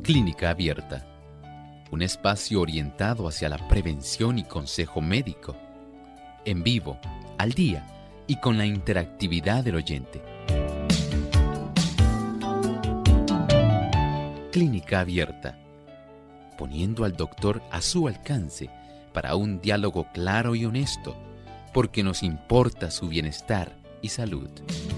Clínica Abierta, un espacio orientado hacia la prevención y consejo médico, en vivo, al día y con la interactividad del oyente. Clínica Abierta, poniendo al doctor a su alcance para un diálogo claro y honesto, porque nos importa su bienestar y salud.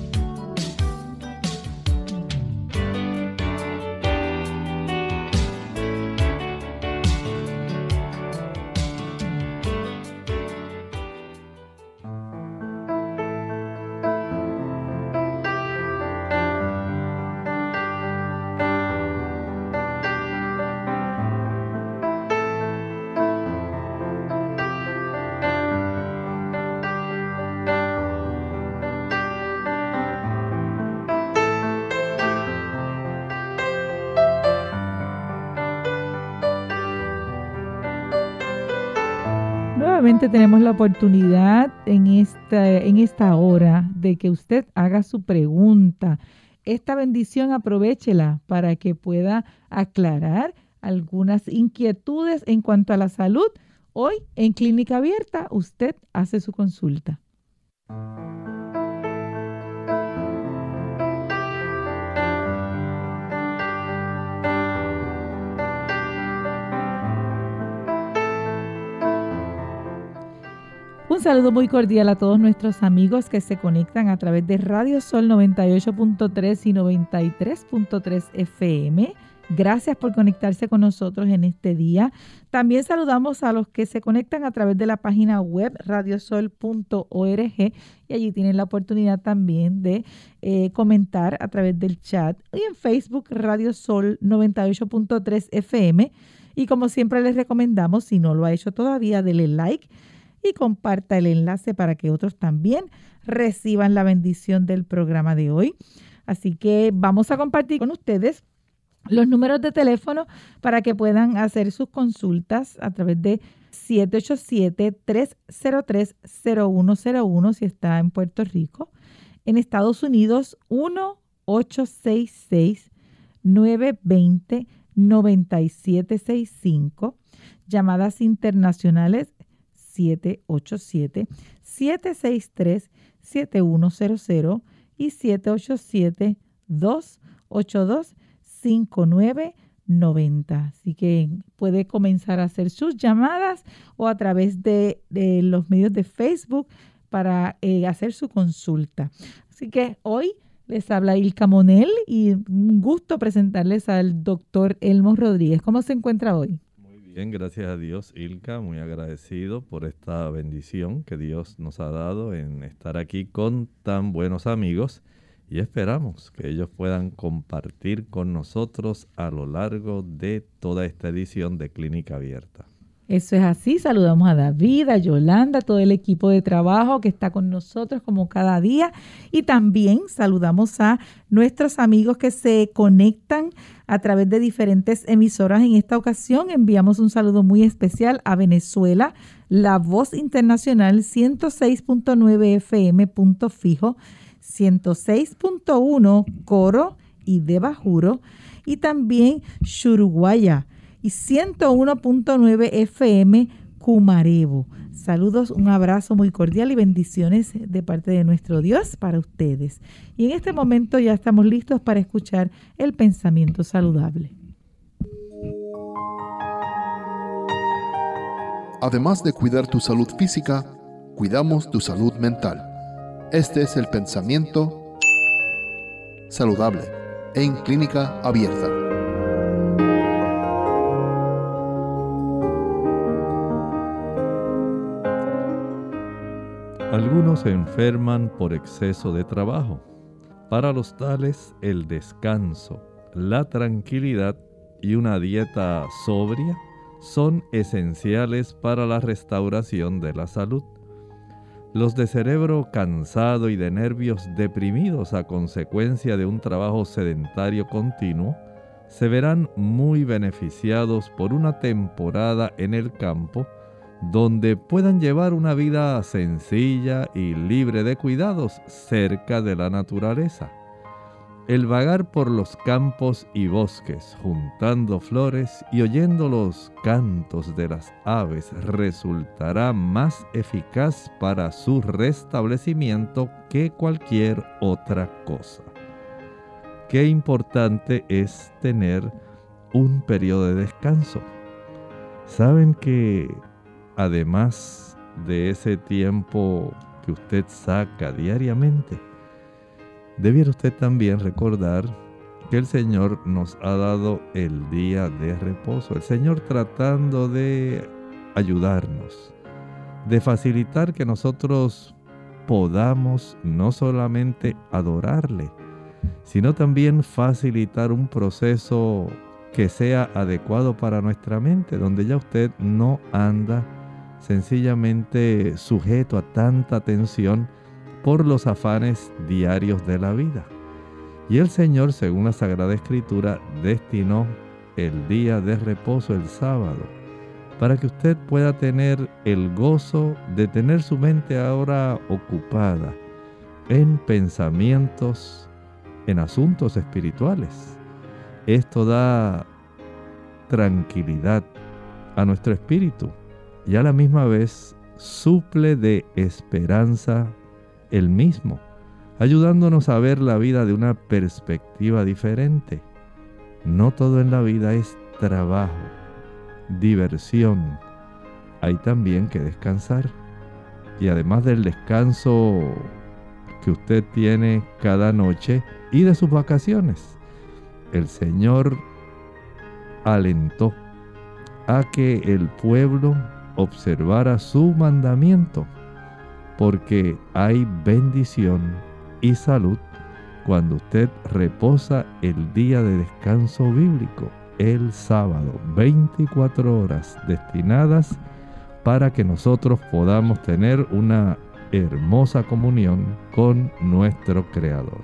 Nuevamente tenemos la oportunidad en esta hora de que usted haga su pregunta. Esta bendición aprovéchela para que pueda aclarar algunas inquietudes en cuanto a la salud. Hoy en Clínica Abierta usted hace su consulta. Un saludo muy cordial a todos nuestros amigos que se conectan a través de Radio Sol 98.3 y 93.3 FM. Gracias por conectarse con nosotros en este día. También saludamos a los que se conectan a través de la página web radiosol.org y allí tienen la oportunidad también de comentar a través del chat y en Facebook Radio Sol 98.3 FM. Y como siempre les recomendamos, si no lo ha hecho todavía, dele like y comparta el enlace para que otros también reciban la bendición del programa de hoy. Así que vamos a compartir con ustedes los números de teléfono para que puedan hacer sus consultas a través de 787-303-0101 si está en Puerto Rico. En Estados Unidos, 1-866-920-9765. Llamadas internacionales 787-763-7100 y 787-282-5990. Así que puede comenzar a hacer sus llamadas o a través de los medios de Facebook para hacer su consulta. Así que hoy les habla Ilka Monel y un gusto presentarles al doctor Elmo Rodríguez. ¿Cómo se encuentra hoy? Bien, gracias a Dios, Ilka, muy agradecido por esta bendición que Dios nos ha dado en estar aquí con tan buenos amigos y esperamos que ellos puedan compartir con nosotros a lo largo de toda esta edición de Clínica Abierta. Eso es así. Saludamos a David, a Yolanda, a todo el equipo de trabajo que está con nosotros como cada día. Y también saludamos a nuestros amigos que se conectan a través de diferentes emisoras. En esta ocasión enviamos un saludo muy especial a Venezuela, La Voz Internacional 106.9 FM punto fijo, 106.1 Coro y de Bajuro, y también Churuguaya y 101.9 FM Cumarebo. Saludos, un abrazo muy cordial y bendiciones de parte de nuestro Dios para ustedes. Y en este momento ya estamos listos para escuchar el pensamiento saludable. Además de cuidar tu salud física, cuidamos tu salud mental. Este es el pensamiento saludable en Clínica Abierta. Algunos se enferman por exceso de trabajo. Para los tales, el descanso, la tranquilidad y una dieta sobria son esenciales para la restauración de la salud. Los de cerebro cansado y de nervios deprimidos a consecuencia de un trabajo sedentario continuo se verán muy beneficiados por una temporada en el campo donde puedan llevar una vida sencilla y libre de cuidados cerca de la naturaleza. El vagar por los campos y bosques, juntando flores y oyendo los cantos de las aves, resultará más eficaz para su restablecimiento que cualquier otra cosa. Qué importante es tener un periodo de descanso. Saben que además de ese tiempo que usted saca diariamente, debiera usted también recordar que el Señor nos ha dado el día de reposo. El Señor tratando de ayudarnos, de facilitar que nosotros podamos no solamente adorarle, sino también facilitar un proceso que sea adecuado para nuestra mente, donde ya usted no anda sencillamente sujeto a tanta tensión por los afanes diarios de la vida. Y el Señor, según la Sagrada Escritura, destinó el día de reposo, el sábado, para que usted pueda tener el gozo de tener su mente ahora ocupada en pensamientos, en asuntos espirituales. Esto da tranquilidad a nuestro espíritu y a la misma vez suple de esperanza el mismo, ayudándonos a ver la vida de una perspectiva diferente. No todo en la vida es trabajo, diversión. Hay también que descansar. Y además del descanso que usted tiene cada noche y de sus vacaciones, el Señor alentó a que el pueblo observara su mandamiento, porque hay bendición y salud cuando usted reposa el día de descanso bíblico, el sábado, 24 horas destinadas para que nosotros podamos tener una hermosa comunión con nuestro Creador.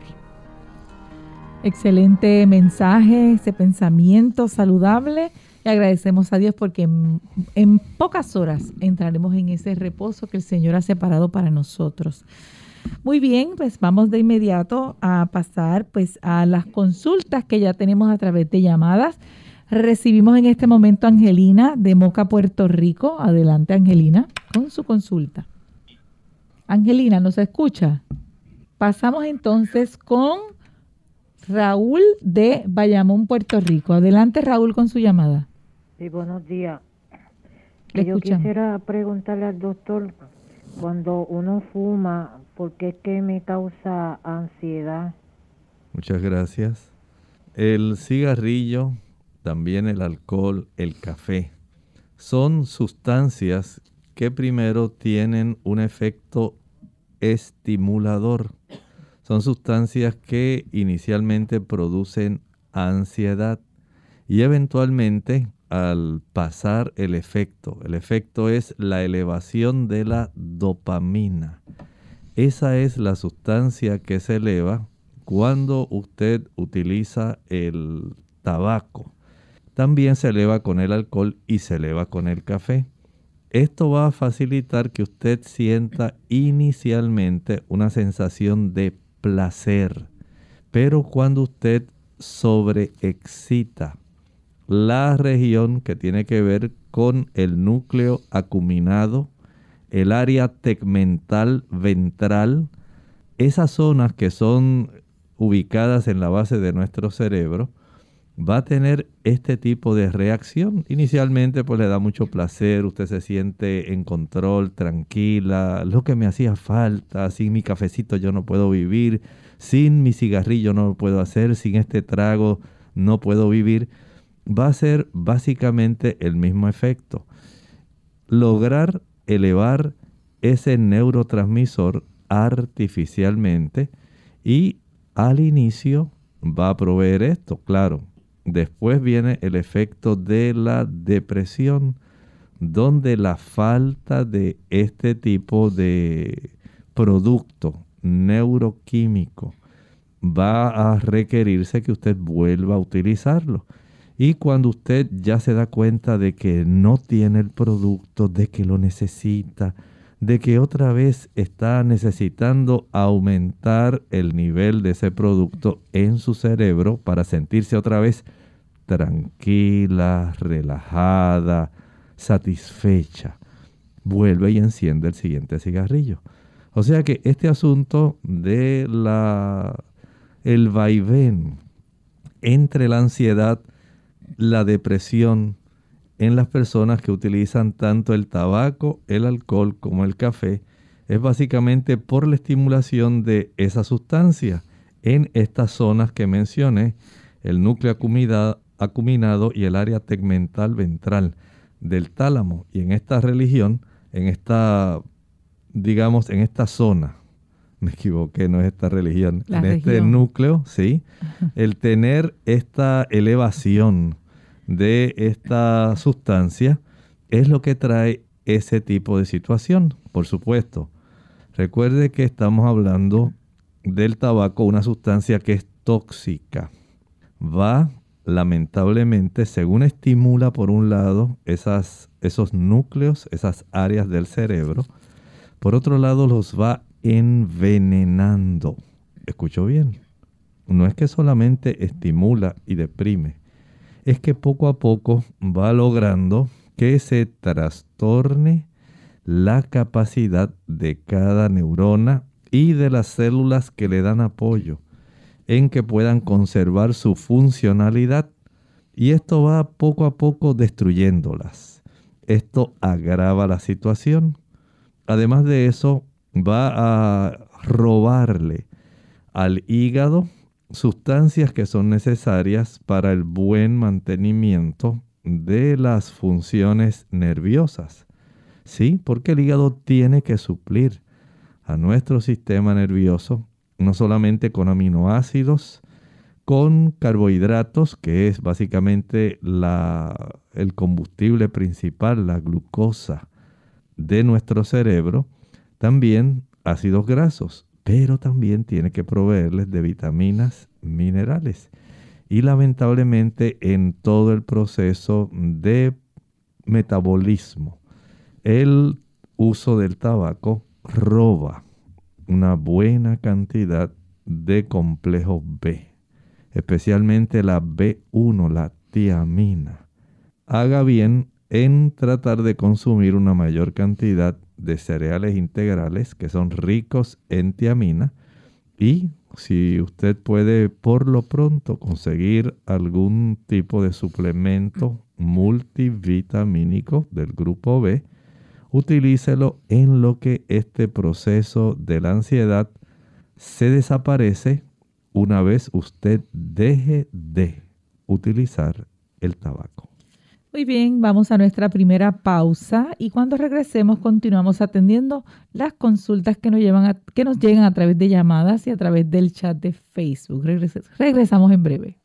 Excelente mensaje, ese pensamiento saludable. Y agradecemos a Dios porque en pocas horas entraremos en ese reposo que el Señor ha separado para nosotros. Muy bien, pues vamos de inmediato a pasar pues a las consultas que ya tenemos a través de llamadas. Recibimos en este momento a Angelina de Moca, Puerto Rico. Adelante, Angelina, con su consulta. Angelina, ¿nos escucha? Pasamos entonces con Raúl de Bayamón, Puerto Rico. Adelante, Raúl, con su llamada. Sí, buenos días. Yo quisiera preguntarle al doctor, cuando uno fuma, ¿por qué es que me causa ansiedad? Muchas gracias. El cigarrillo, también el alcohol, el café, son sustancias que primero tienen un efecto estimulador. Son sustancias que inicialmente producen ansiedad y eventualmente al pasar el efecto es la elevación de la dopamina. Esa es la sustancia que se eleva cuando usted utiliza el tabaco. También se eleva con el alcohol y se eleva con el café. Esto va a facilitar que usted sienta inicialmente una sensación de placer, pero cuando usted sobreexcita la región que tiene que ver con el núcleo acuminado, el área tegmental ventral, esas zonas que son ubicadas en la base de nuestro cerebro, va a tener este tipo de reacción. Inicialmente pues le da mucho placer, usted se siente en control, tranquila, lo que me hacía falta, sin mi cafecito yo no puedo vivir, sin mi cigarrillo no lo puedo hacer, sin este trago no puedo vivir. Va a ser básicamente el mismo efecto. Lograr elevar ese neurotransmisor artificialmente y al inicio va a proveer esto, claro. Después viene el efecto de la depresión, donde la falta de este tipo de producto neuroquímico va a requerirse que usted vuelva a utilizarlo. Y cuando usted ya se da cuenta de que no tiene el producto, de que lo necesita, de que otra vez está necesitando aumentar el nivel de ese producto en su cerebro para sentirse otra vez tranquila, relajada, satisfecha. Vuelve y enciende el siguiente cigarrillo. O sea que este asunto de el vaivén entre la ansiedad, la depresión en las personas que utilizan tanto el tabaco, el alcohol como el café, es básicamente por la estimulación de esa sustancia en estas zonas que mencioné, el núcleo acuminado y el área tegmental ventral del tálamo. Y en esta religión, en esta zona, me equivoqué, no es esta religión, este núcleo, sí, el tener esta elevación de esta sustancia es lo que trae ese tipo de situación. Por supuesto, recuerde que estamos hablando del tabaco, una sustancia que es tóxica. Va, lamentablemente, según estimula por un lado esos núcleos, esas áreas del cerebro, por otro lado los va envenenando. ¿Escuchó bien? No es que solamente estimula y deprime, es que poco a poco va logrando que se trastorne la capacidad de cada neurona y de las células que le dan apoyo en que puedan conservar su funcionalidad, y esto va poco a poco destruyéndolas. Esto agrava la situación. Además de eso, va a robarle al hígado sustancias que son necesarias para el buen mantenimiento de las funciones nerviosas. Sí, porque el hígado tiene que suplir a nuestro sistema nervioso no solamente con aminoácidos, con carbohidratos, que es básicamente el combustible principal, la glucosa de nuestro cerebro, también ácidos grasos, pero también tiene que proveerles de vitaminas, minerales. Y lamentablemente en todo el proceso de metabolismo, el uso del tabaco roba una buena cantidad de complejos B, especialmente la B1, la tiamina. Haga bien en tratar de consumir una mayor cantidad de cereales integrales que son ricos en tiamina, y si usted puede por lo pronto conseguir algún tipo de suplemento multivitamínico del grupo B, utilícelo en lo que este proceso de la ansiedad se desaparece una vez usted deje de utilizar el tabaco. Muy bien, vamos a nuestra primera pausa y cuando regresemos continuamos atendiendo las consultas que nos llegan a través de llamadas y a través del chat de Facebook. Regresamos en breve.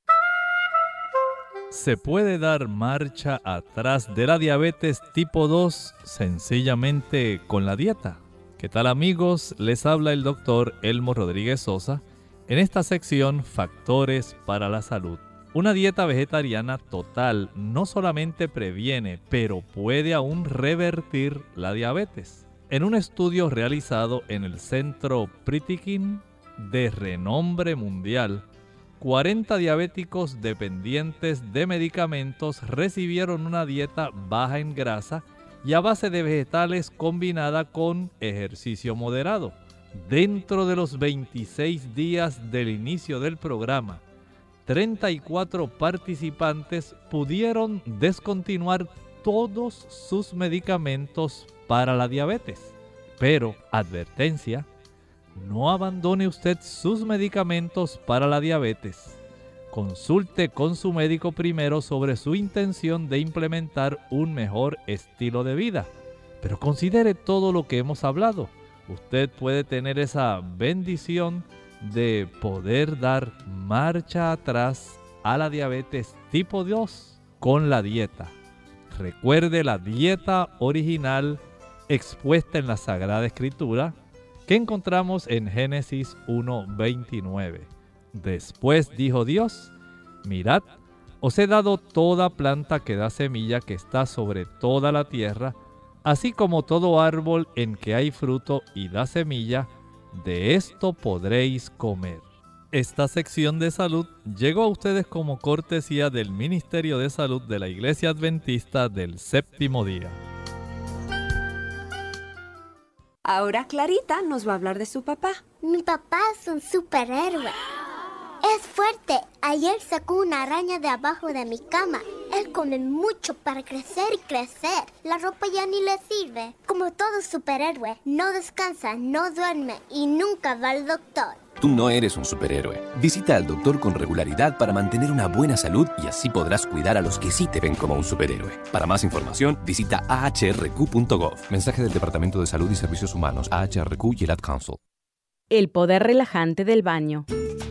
¿Se puede dar marcha atrás de la diabetes tipo 2 sencillamente con la dieta? ¿Qué tal, amigos? Les habla el doctor Elmo Rodríguez Sosa en esta sección Factores para la Salud. Una dieta vegetariana total no solamente previene, pero puede aún revertir la diabetes. En un estudio realizado en el Centro Pritikin de renombre mundial, 40 diabéticos dependientes de medicamentos recibieron una dieta baja en grasa y a base de vegetales combinada con ejercicio moderado. Dentro de los 26 días del inicio del programa, 34 participantes pudieron descontinuar todos sus medicamentos para la diabetes. Pero, advertencia, no abandone usted sus medicamentos para la diabetes. Consulte con su médico primero sobre su intención de implementar un mejor estilo de vida. Pero considere todo lo que hemos hablado. Usted puede tener esa bendición de poder dar marcha atrás a la diabetes tipo 2 con la dieta. Recuerde la dieta original expuesta en la Sagrada Escritura que encontramos en Génesis 1:29. Después dijo Dios: mirad, os he dado toda planta que da semilla que está sobre toda la tierra, Así como todo árbol en que hay fruto y da semilla, de esto podréis comer. Esta sección de salud llegó a ustedes como cortesía del Ministerio de Salud de la Iglesia Adventista del Séptimo Día. Ahora Clarita nos va a hablar de su papá. Mi papá es un superhéroe. Es fuerte. Ayer sacó una araña de abajo de mi cama. Él come mucho para crecer y crecer. La ropa ya ni le sirve. Como todo superhéroe, no descansa, no duerme y nunca va al doctor. Tú no eres un superhéroe. Visita al doctor con regularidad para mantener una buena salud y así podrás cuidar a los que sí te ven como un superhéroe. Para más información, visita ahrq.gov. Mensaje del Departamento de Salud y Servicios Humanos, AHRQ y el Ad Council. El poder relajante del baño.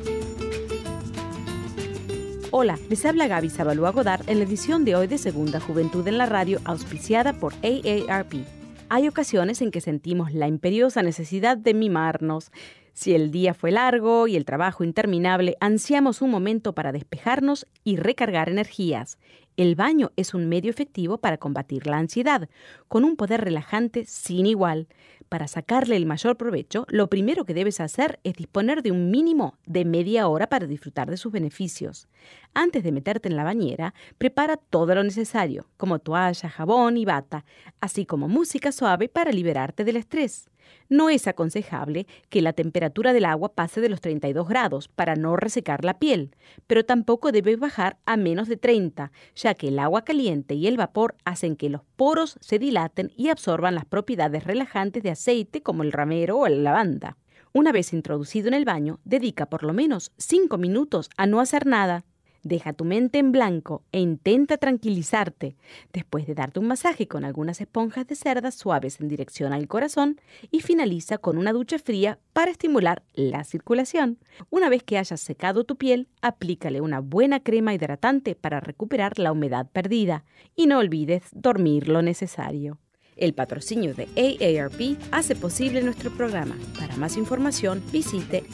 Hola, les habla Gaby Zabalúa Godard en la edición de hoy de Segunda Juventud en la Radio, auspiciada por AARP. Hay ocasiones en que sentimos la imperiosa necesidad de mimarnos. Si el día fue largo y el trabajo interminable, ansiamos un momento para despejarnos y recargar energías. El baño es un medio efectivo para combatir la ansiedad, con un poder relajante sin igual. Para sacarle el mayor provecho, lo primero que debes hacer es disponer de un mínimo de media hora para disfrutar de sus beneficios. Antes de meterte en la bañera, prepara todo lo necesario, como toalla, jabón y bata, así como música suave para liberarte del estrés. No es aconsejable que la temperatura del agua pase de los 32 grados para no resecar la piel, pero tampoco debe bajar a menos de 30, ya que el agua caliente y el vapor hacen que los poros se dilaten y absorban las propiedades relajantes de aceite como el ramero o la lavanda. Una vez introducido en el baño, dedica por lo menos 5 minutos a no hacer nada. Deja tu mente en blanco e intenta tranquilizarte, después de darte un masaje con algunas esponjas de cerda suaves en dirección al corazón y finaliza con una ducha fría para estimular la circulación. Una vez que hayas secado tu piel, aplícale una buena crema hidratante para recuperar la humedad perdida y no olvides dormir lo necesario. El patrocinio de AARP hace posible nuestro programa. Para más información, visite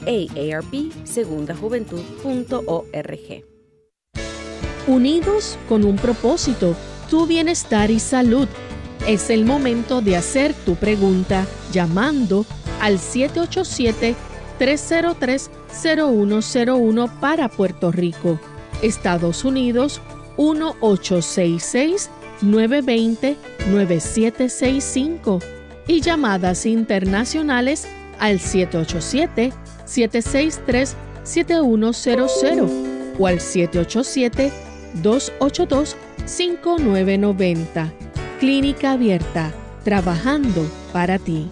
aarpsegundajuventud.org. Unidos con un propósito, tu bienestar y salud. Es el momento de hacer tu pregunta llamando al 787-303-0101 para Puerto Rico. Estados Unidos, 1866-920-9765. Y llamadas internacionales al 787-763-7100 o al 787-282-5990. Clínica Abierta, trabajando para ti.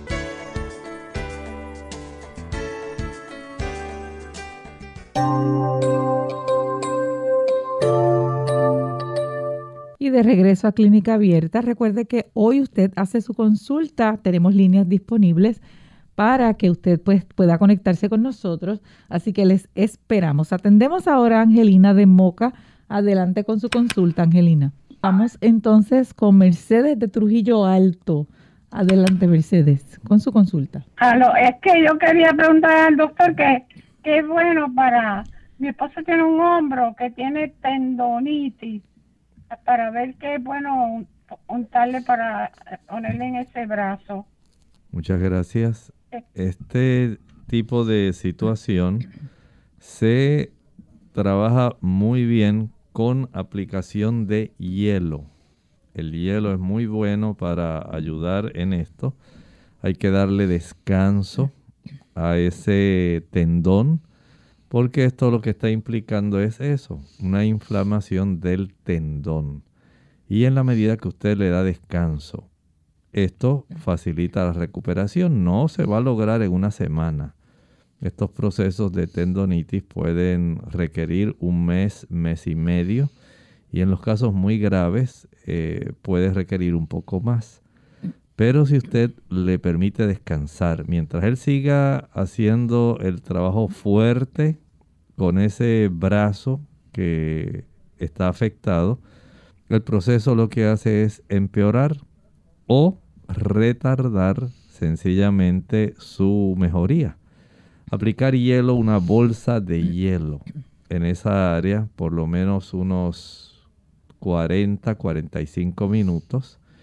Y de regreso a Clínica Abierta, recuerde que hoy usted hace su consulta, tenemos líneas disponibles para que usted pueda conectarse con nosotros, así que les esperamos. Atendemos ahora a Angelina de Moca. Adelante con su consulta, Angelina. Vamos entonces con Mercedes de Trujillo Alto. Adelante, Mercedes, con su consulta. Es que yo quería preguntar al doctor que es bueno para... Mi esposo tiene un hombro que tiene tendonitis, para ver qué es bueno untarle para ponerle en ese brazo. Muchas gracias. Este tipo de situación se trabaja muy bien con aplicación de hielo. El hielo es muy bueno para ayudar en esto. Hay que darle descanso a ese tendón, porque esto lo que está implicando es eso, una inflamación del tendón. Y en la medida que usted le da descanso, esto facilita la recuperación. No se va a lograr en una semana. Estos procesos de tendonitis pueden requerir un mes, mes y medio. Y en los casos muy graves puede requerir un poco más. Pero si usted le permite descansar, mientras él siga haciendo el trabajo fuerte con ese brazo que está afectado, el proceso lo que hace es empeorar o retardar sencillamente su mejoría. Aplicar hielo, una bolsa de hielo en esa área, por lo menos unos 40-45 minutos,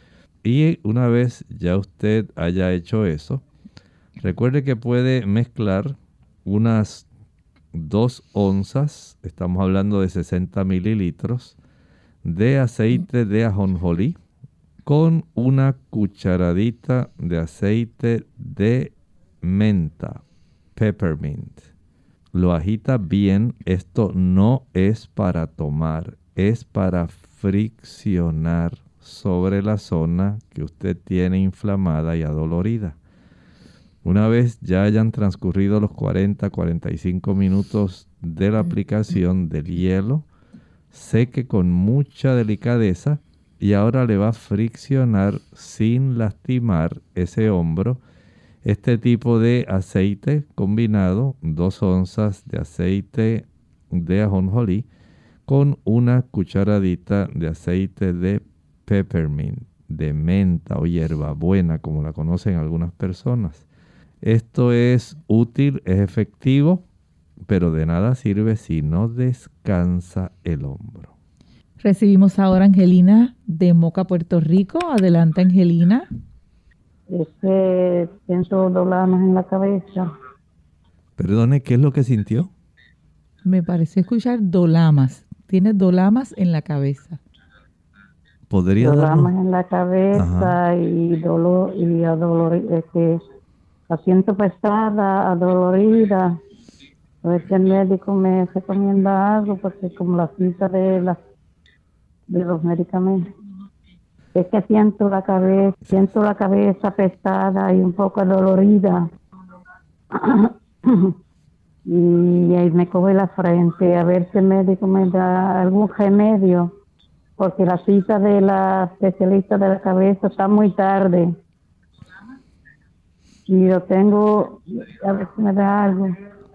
Y una vez ya usted haya hecho eso, recuerde que puede mezclar unas 2 onzas, estamos hablando de 60 mililitros, de aceite de ajonjolí con una cucharadita de aceite de menta, peppermint. Lo agita bien. Esto no es para tomar, es para friccionar sobre la zona que usted tiene inflamada y adolorida. Una vez ya hayan transcurrido los 40-45 minutos de la aplicación del hielo, seque con mucha delicadeza y ahora le va a friccionar sin lastimar ese hombro. Este tipo de aceite combinado, 2 onzas de aceite de ajonjolí con una cucharadita de aceite de peppermint, de menta o hierbabuena, como la conocen algunas personas. Esto es útil, es efectivo, pero de nada sirve si no descansa el hombro. Recibimos ahora a Angelina de Moca, Puerto Rico. Adelante, Angelina. Siento dolamas en la cabeza. Perdone, ¿qué es lo que sintió? Me pareció escuchar dolamas. Tiene dolamas en la cabeza. ¿Podría dolamas en la cabeza? Ajá. Y dolor, y la siento pesada, adolorida. A ver si el médico me recomienda algo, porque como la cita de los medicamentos. Es que siento la cabeza pesada y un poco dolorida. Y ahí me coge la frente, a ver si el médico me da algún remedio, porque la cita de la especialista de la cabeza está muy tarde. Y yo tengo, a ver si me da algo,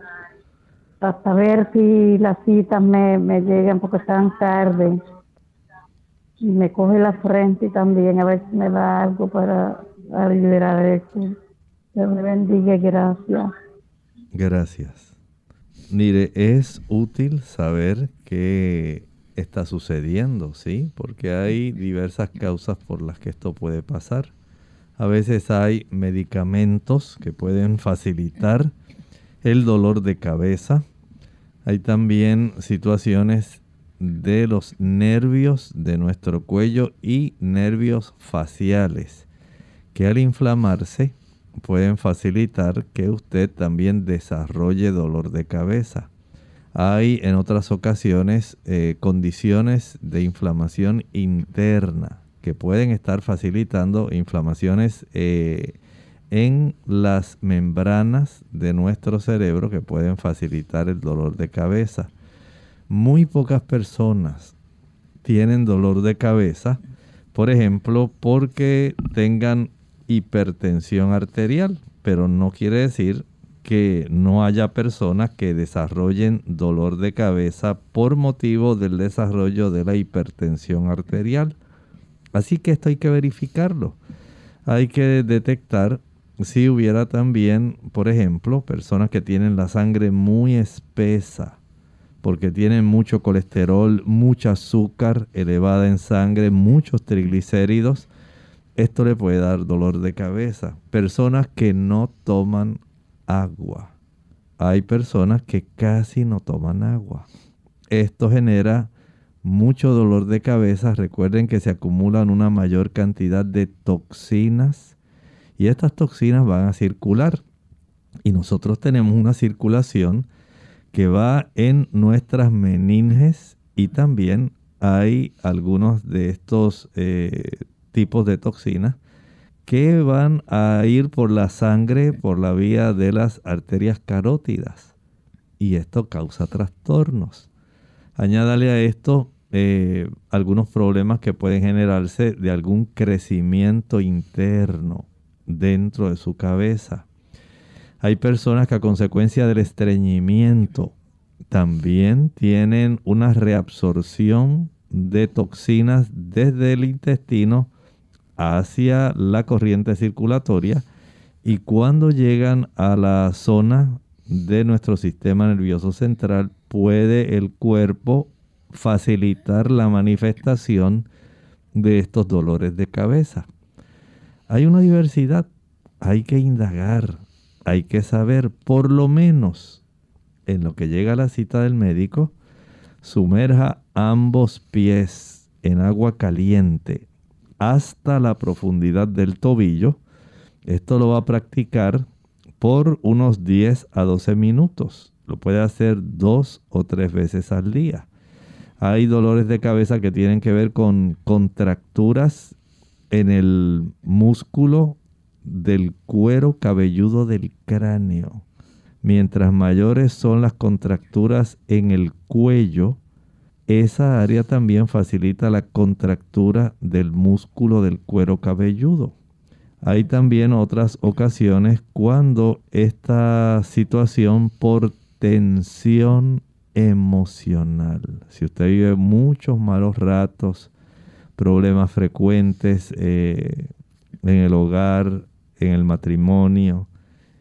para saber si las citas me llegan, porque están tarde. Y me coge la frente también, a ver si me da algo para liberar esto. Dios me bendiga, gracias. Gracias. Mire, es útil saber qué está sucediendo, ¿sí? Porque hay diversas causas por las que esto puede pasar. A veces hay medicamentos que pueden facilitar el dolor de cabeza. Hay también situaciones de los nervios de nuestro cuello y nervios faciales que al inflamarse pueden facilitar que usted también desarrolle dolor de cabeza. Hay en otras ocasiones condiciones de inflamación interna que pueden estar facilitando inflamaciones en las membranas de nuestro cerebro que pueden facilitar el dolor de cabeza. Muy pocas personas tienen dolor de cabeza, por ejemplo, porque tengan hipertensión arterial, pero no quiere decir que no haya personas que desarrollen dolor de cabeza por motivo del desarrollo de la hipertensión arterial. Así que esto hay que verificarlo. Hay que detectar si hubiera también, por ejemplo, personas que tienen la sangre muy espesa, porque tienen mucho colesterol, mucho azúcar elevada en sangre, muchos triglicéridos. Esto le puede dar dolor de cabeza. Personas que no toman agua. Hay personas que casi no toman agua. Esto genera mucho dolor de cabeza. Recuerden que se acumulan una mayor cantidad de toxinas y estas toxinas van a circular. Y nosotros tenemos una circulación que va en nuestras meninges y también hay algunos de estos tipos de toxinas que van a ir por la sangre, por la vía de las arterias carótidas. Y esto causa trastornos. Añádale a esto algunos problemas que pueden generarse de algún crecimiento interno dentro de su cabeza. Hay personas que a consecuencia del estreñimiento también tienen una reabsorción de toxinas desde el intestino hacia la corriente circulatoria y cuando llegan a la zona de nuestro sistema nervioso central puede el cuerpo facilitar la manifestación de estos dolores de cabeza. Hay una diversidad, hay que indagar, hay que saber, por lo menos en lo que llega a la cita del médico, sumerja ambos pies en agua caliente hasta la profundidad del tobillo. Esto lo va a practicar por unos 10 a 12 minutos. Lo puede hacer 2 o 3 veces al día. Hay dolores de cabeza que tienen que ver con contracturas en el músculo del cuero cabelludo del cráneo. Mientras mayores son las contracturas en el cuello, esa área también facilita la contractura del músculo del cuero cabelludo. Hay también otras ocasiones cuando esta situación por tensión emocional. Si usted vive muchos malos ratos, problemas frecuentes en el hogar, en el matrimonio,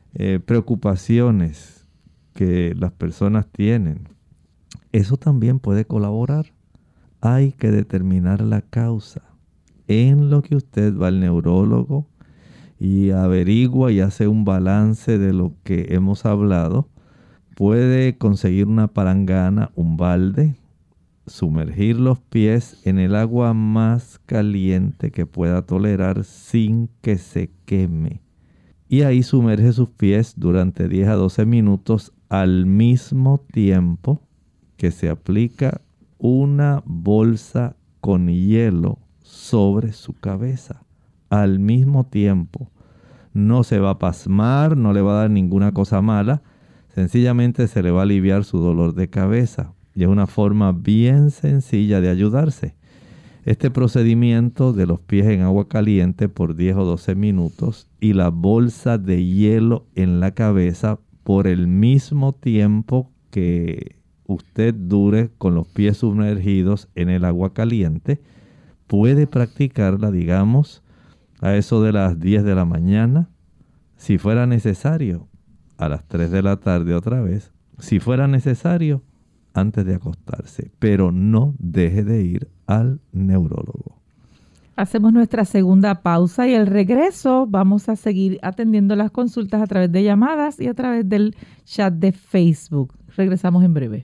preocupaciones que las personas tienen, eso también puede colaborar. Hay que determinar la causa. En lo que usted va al neurólogo y averigua y hace un balance de lo que hemos hablado, puede conseguir una palangana, un balde, sumergir los pies en el agua más caliente que pueda tolerar sin que se queme. Y ahí sumerge sus pies durante 10 a 12 minutos al mismo tiempo que se aplica una bolsa con hielo sobre su cabeza. Al mismo tiempo. No se va a pasmar, no le va a dar ninguna cosa mala. Sencillamente se le va a aliviar su dolor de cabeza. Y es una forma bien sencilla de ayudarse. Este procedimiento de los pies en agua caliente por 10 o 12 minutos y la bolsa de hielo en la cabeza por el mismo tiempo que usted dure con los pies sumergidos en el agua caliente, puede practicarla, digamos, a eso de las 10 de la mañana, si fuera necesario, a las 3 de la tarde otra vez, si fuera necesario, antes de acostarse, pero no deje de ir al neurólogo. Hacemos nuestra segunda pausa y al regreso vamos a seguir atendiendo las consultas a través de llamadas y a través del chat de Facebook. Regresamos en breve.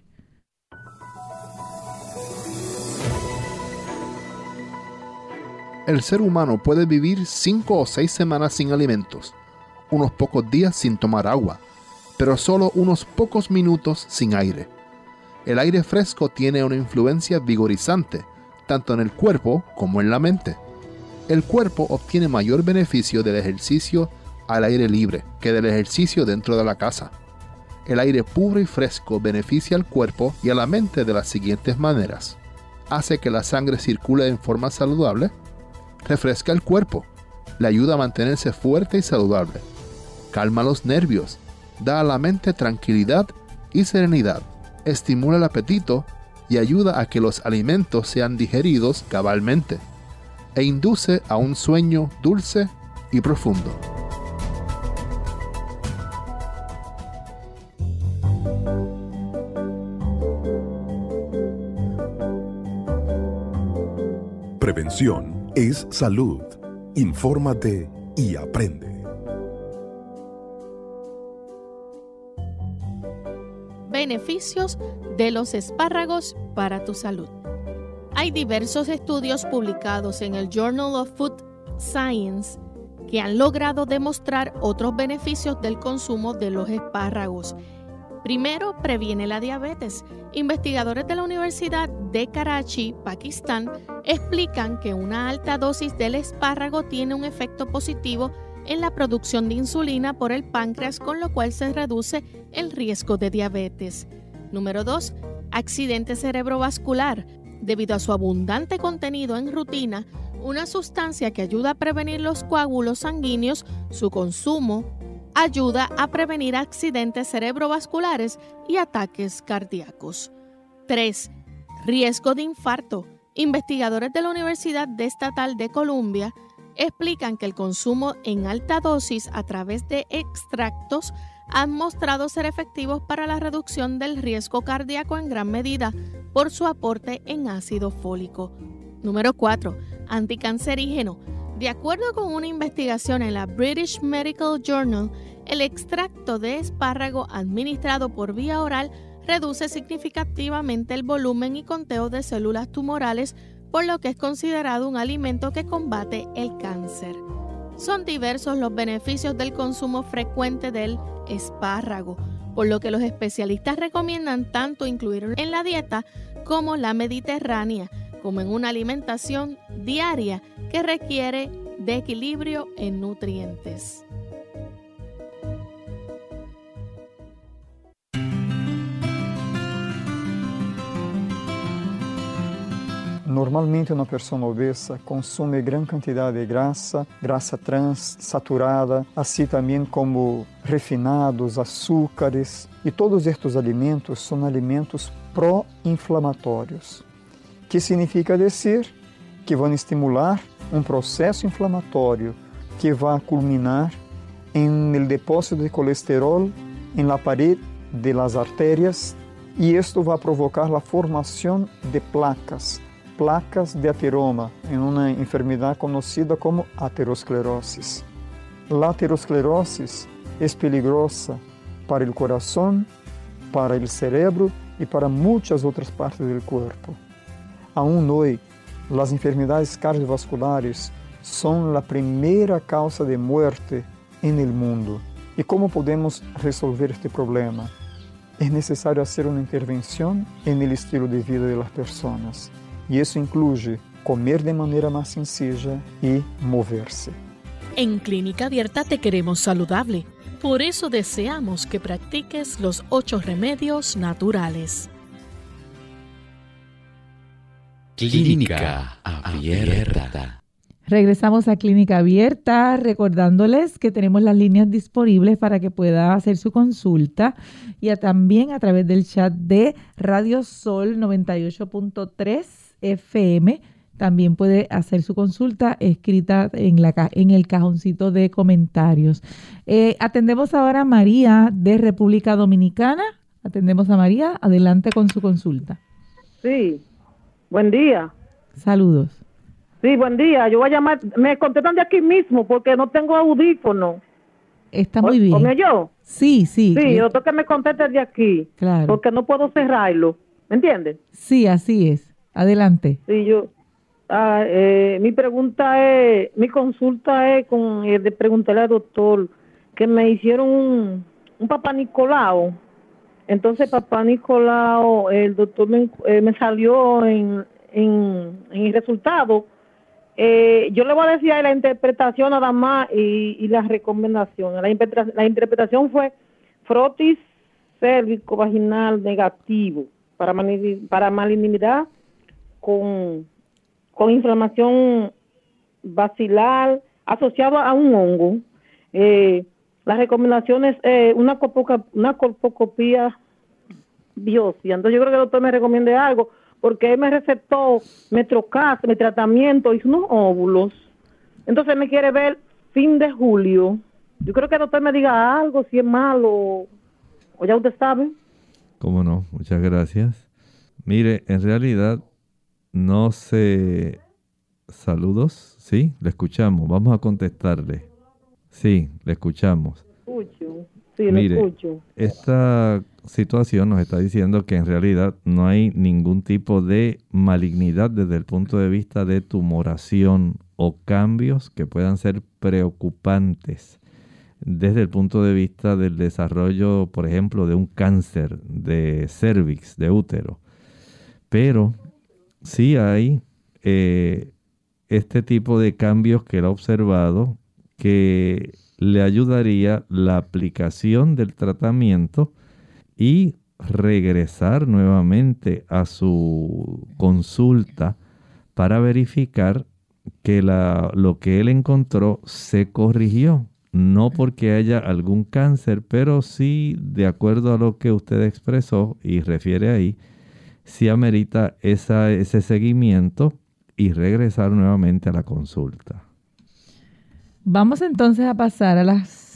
El ser humano puede vivir 5 o 6 semanas sin alimentos, unos pocos días sin tomar agua, pero solo unos pocos minutos sin aire. El aire fresco tiene una influencia vigorizante, tanto en el cuerpo como en la mente. El cuerpo obtiene mayor beneficio del ejercicio al aire libre que del ejercicio dentro de la casa. El aire puro y fresco beneficia al cuerpo y a la mente de las siguientes maneras. Hace que la sangre circule en forma saludable, refresca el cuerpo, le ayuda a mantenerse fuerte y saludable, calma los nervios, da a la mente tranquilidad y serenidad, estimula el apetito y ayuda a que los alimentos sean digeridos cabalmente, e induce a un sueño dulce y profundo. Prevención es salud. Infórmate y aprende. Beneficios de los espárragos para tu salud. Hay diversos estudios publicados en el Journal of Food Science que han logrado demostrar otros beneficios del consumo de los espárragos. Primero, previene la diabetes. Investigadores de la Universidad de Karachi, Pakistán, explican que una alta dosis del espárrago tiene un efecto positivo en la producción de insulina por el páncreas, con lo cual se reduce el riesgo de diabetes. Número 2. Accidente cerebrovascular. Debido a su abundante contenido en rutina, una sustancia que ayuda a prevenir los coágulos sanguíneos, su consumo ayuda a prevenir accidentes cerebrovasculares y ataques cardíacos. 3. Riesgo de infarto. Investigadores de la Universidad Estatal de Columbia explican que el consumo en alta dosis a través de extractos han mostrado ser efectivos para la reducción del riesgo cardíaco en gran medida por su aporte en ácido fólico. Número 4. Anticancerígeno. De acuerdo con una investigación en la British Medical Journal, el extracto de espárrago administrado por vía oral reduce significativamente el volumen y conteo de células tumorales, por lo que es considerado un alimento que combate el cáncer. Son diversos los beneficios del consumo frecuente del espárrago, por lo que los especialistas recomiendan tanto incluirlo en la dieta como la mediterránea, como en una alimentación diaria que requiere de equilibrio en nutrientes. Normalmente uma pessoa obesa consome grande quantidade de grasa trans, saturada, assim também como refinados, açúcares. E todos estes alimentos são alimentos pró-inflamatórios, que significa dizer que vão estimular um processo inflamatório que vai culminar em el depósito de colesterol em la pared de las arterias e isto vai provocar a formação de placas de ateroma, em uma enfermidade conhecida como aterosclerose. A aterosclerose é peligrosa para o coração, para o cérebro e para muitas outras partes do corpo. Aún hoje, as enfermidades cardiovasculares são a primeira causa de morte no mundo. E como podemos resolver este problema? É necessário fazer uma intervenção no estilo de vida das pessoas. E isso inclui comer de maneira mais sencilla e mover-se. En Clínica Abierta te queremos saludable. Por eso deseamos que practiques los 8 remedios naturales. Clínica Abierta. Regresamos a Clínica Abierta, recordándoles que tenemos las líneas disponibles para que pueda hacer su consulta y también a través del chat de Radio Sol 98.3 FM. También puede hacer su consulta escrita en el cajoncito de comentarios. Atendemos ahora a María de República Dominicana. Atendemos a María. Adelante con su consulta. Sí. Buen día. Saludos. Sí, buen día. Yo voy a llamar. Me contestan de aquí mismo porque no tengo audífono. Está muy bien. ¿Me oyó? Sí, sí. Sí, yo tengo que me conteste de aquí. Claro. Porque no puedo cerrarlo. ¿Me entiendes? Sí, así es. Adelante. Sí, mi consulta es de preguntarle al doctor que me hicieron un Papá Nicolau. Entonces, Papá Nicolau, el doctor me salió en el resultado. Yo le voy a decir ahí la interpretación nada más y las recomendaciones. La interpretación fue frotis cérvico vaginal negativo para malignidad con inflamación basilar asociada a un hongo. Las recomendaciones una colposcopía biopsia. Entonces yo creo que el doctor me recomiende algo porque él me recetó Metrocast, mi tratamiento, hizo unos óvulos. Entonces me quiere ver fin de julio. Yo creo que el doctor me diga algo, si es malo o ya usted sabe. Cómo no, muchas gracias. Mire, en realidad no sé. Saludos, sí, le escuchamos. Vamos a contestarle. Sí, le escuchamos. Sí, mire, le escucho. Esta situación nos está diciendo que en realidad no hay ningún tipo de malignidad desde el punto de vista de tumoración o cambios que puedan ser preocupantes desde el punto de vista del desarrollo, por ejemplo, de un cáncer de cervix, de útero. Pero sí hay este tipo de cambios que él ha observado que le ayudaría la aplicación del tratamiento y regresar nuevamente a su consulta para verificar que lo que él encontró se corrigió. No porque haya algún cáncer, pero sí, de acuerdo a lo que usted expresó y refiere ahí, sí amerita ese seguimiento y regresar nuevamente a la consulta. Vamos entonces a pasar a las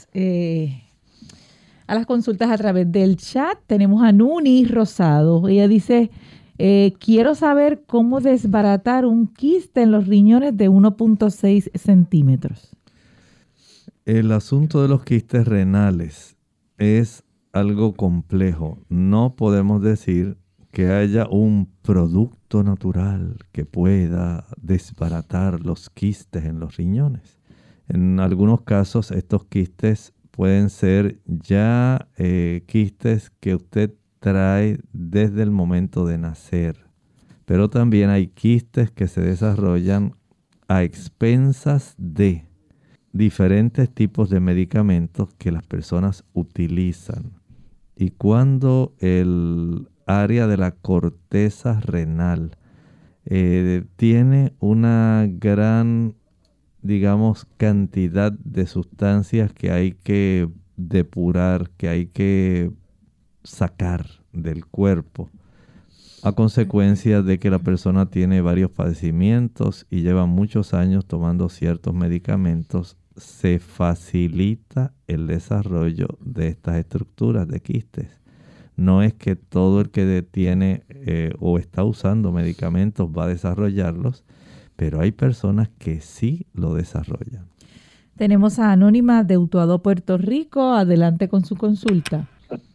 consultas a través del chat. Tenemos a Nuni Rosado. Ella dice, Quiero saber cómo desbaratar un quiste en los riñones de 1.6 centímetros. El asunto de los quistes renales es algo complejo. No podemos decir que haya un producto natural que pueda desbaratar los quistes en los riñones. En algunos casos estos quistes pueden ser ya quistes que usted trae desde el momento de nacer. Pero también hay quistes que se desarrollan a expensas de diferentes tipos de medicamentos que las personas utilizan. Y cuando el área de la corteza renal tiene una gran, digamos, cantidad de sustancias que hay que depurar, que hay que sacar del cuerpo, a consecuencia de que la persona tiene varios padecimientos y lleva muchos años tomando ciertos medicamentos, se facilita el desarrollo de estas estructuras de quistes. No es que todo el que tiene o está usando medicamentos va a desarrollarlos, pero hay personas que sí lo desarrollan. Tenemos a Anónima de Utuado, Puerto Rico. Adelante con su consulta.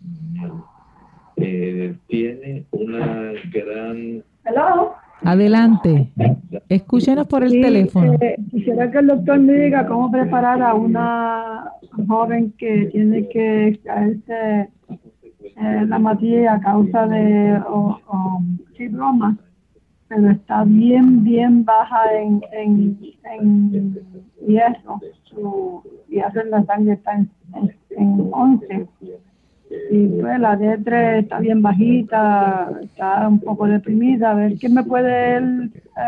Tiene una gran... Hello. Adelante. Escúchenos por el teléfono. Quisiera que el doctor me diga cómo preparar a una joven que tiene que extraerse la matriz a causa de fibromas, pero está bien baja en hierro. Su hierro en la sangre está en 11. Y pues la D3 está bien bajita, está un poco deprimida. A ver, ¿qué me puede él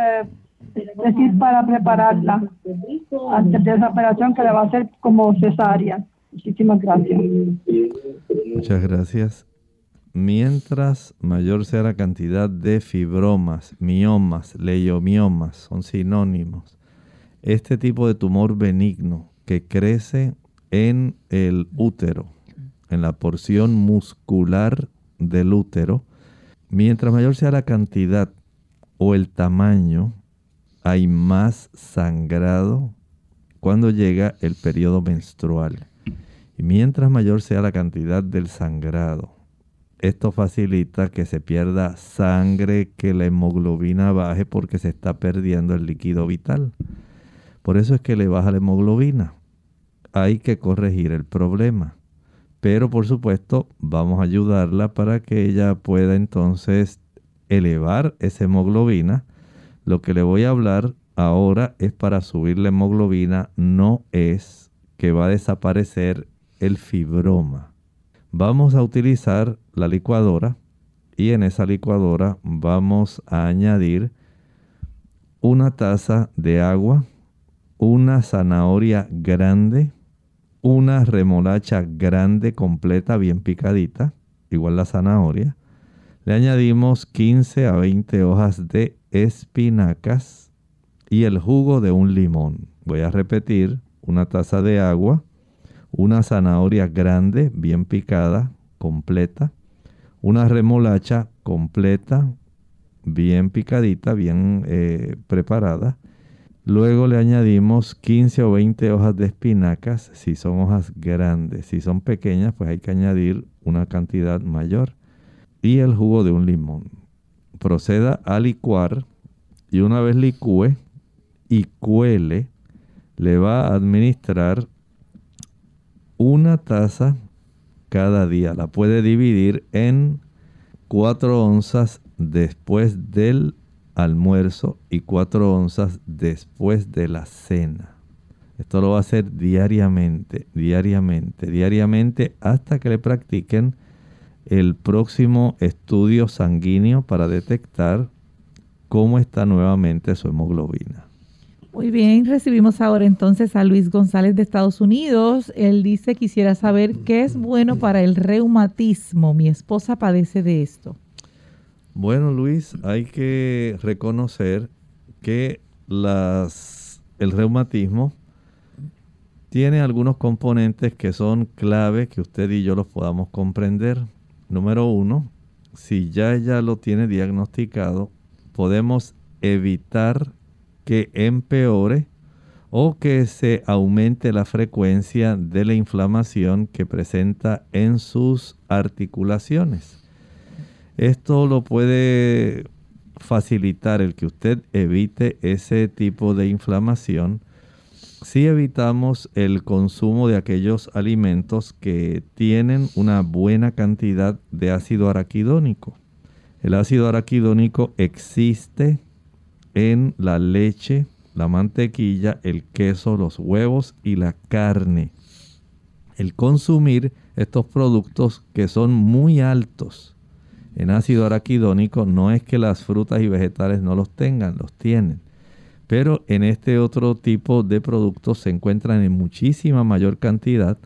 decir para prepararla antes de esa operación que le va a hacer como cesárea? Muchísimas gracias. Muchas gracias. Mientras mayor sea la cantidad de fibromas, miomas, leiomiomas, son sinónimos, este tipo de tumor benigno que crece en el útero, en la porción muscular del útero, mientras mayor sea la cantidad o el tamaño, hay más sangrado cuando llega el periodo menstrual. Y mientras mayor sea la cantidad del sangrado, esto facilita que se pierda sangre, que la hemoglobina baje porque se está perdiendo el líquido vital. Por eso es que le baja la hemoglobina. Hay que corregir el problema. Pero por supuesto vamos a ayudarla para que ella pueda entonces elevar esa hemoglobina. Lo que le voy a hablar ahora es para subir la hemoglobina, no es que va a desaparecer el fibroma. Vamos a utilizar la licuadora y en esa licuadora vamos a añadir una taza de agua, una zanahoria grande, una remolacha grande completa bien picadita, igual la zanahoria. Le añadimos 15 a 20 hojas de espinacas y el jugo de un limón. Voy a repetir: una taza de agua, una zanahoria grande bien picada, completa, una remolacha completa, bien picadita, bien preparada. Luego le añadimos 15 o 20 hojas de espinacas, si son hojas grandes. Si son pequeñas, pues hay que añadir una cantidad mayor. Y el jugo de un limón. Proceda a licuar y una vez licúe y cuele, le va a administrar una taza cada día. La puede dividir en 4 onzas después del almuerzo y 4 onzas después de la cena. Esto lo va a hacer diariamente hasta que le practiquen el próximo estudio sanguíneo para detectar cómo está nuevamente su hemoglobina. Muy bien, recibimos ahora entonces a Luis González de Estados Unidos. Él dice: quisiera saber qué es bueno para el reumatismo. Mi esposa padece de esto. Bueno, Luis, hay que reconocer que el reumatismo tiene algunos componentes que son clave que usted y yo los podamos comprender. Número 1, si ya ella lo tiene diagnosticado, podemos evitar que empeore o que se aumente la frecuencia de la inflamación que presenta en sus articulaciones. Esto lo puede facilitar el que usted evite ese tipo de inflamación si evitamos el consumo de aquellos alimentos que tienen una buena cantidad de ácido araquidónico. El ácido araquidónico existe en la leche, la mantequilla, el queso, los huevos y la carne. El consumir estos productos que son muy altos en ácido araquidónico no es que las frutas y vegetales no los tengan, los tienen. Pero en este otro tipo de productos se encuentran en muchísima mayor cantidad.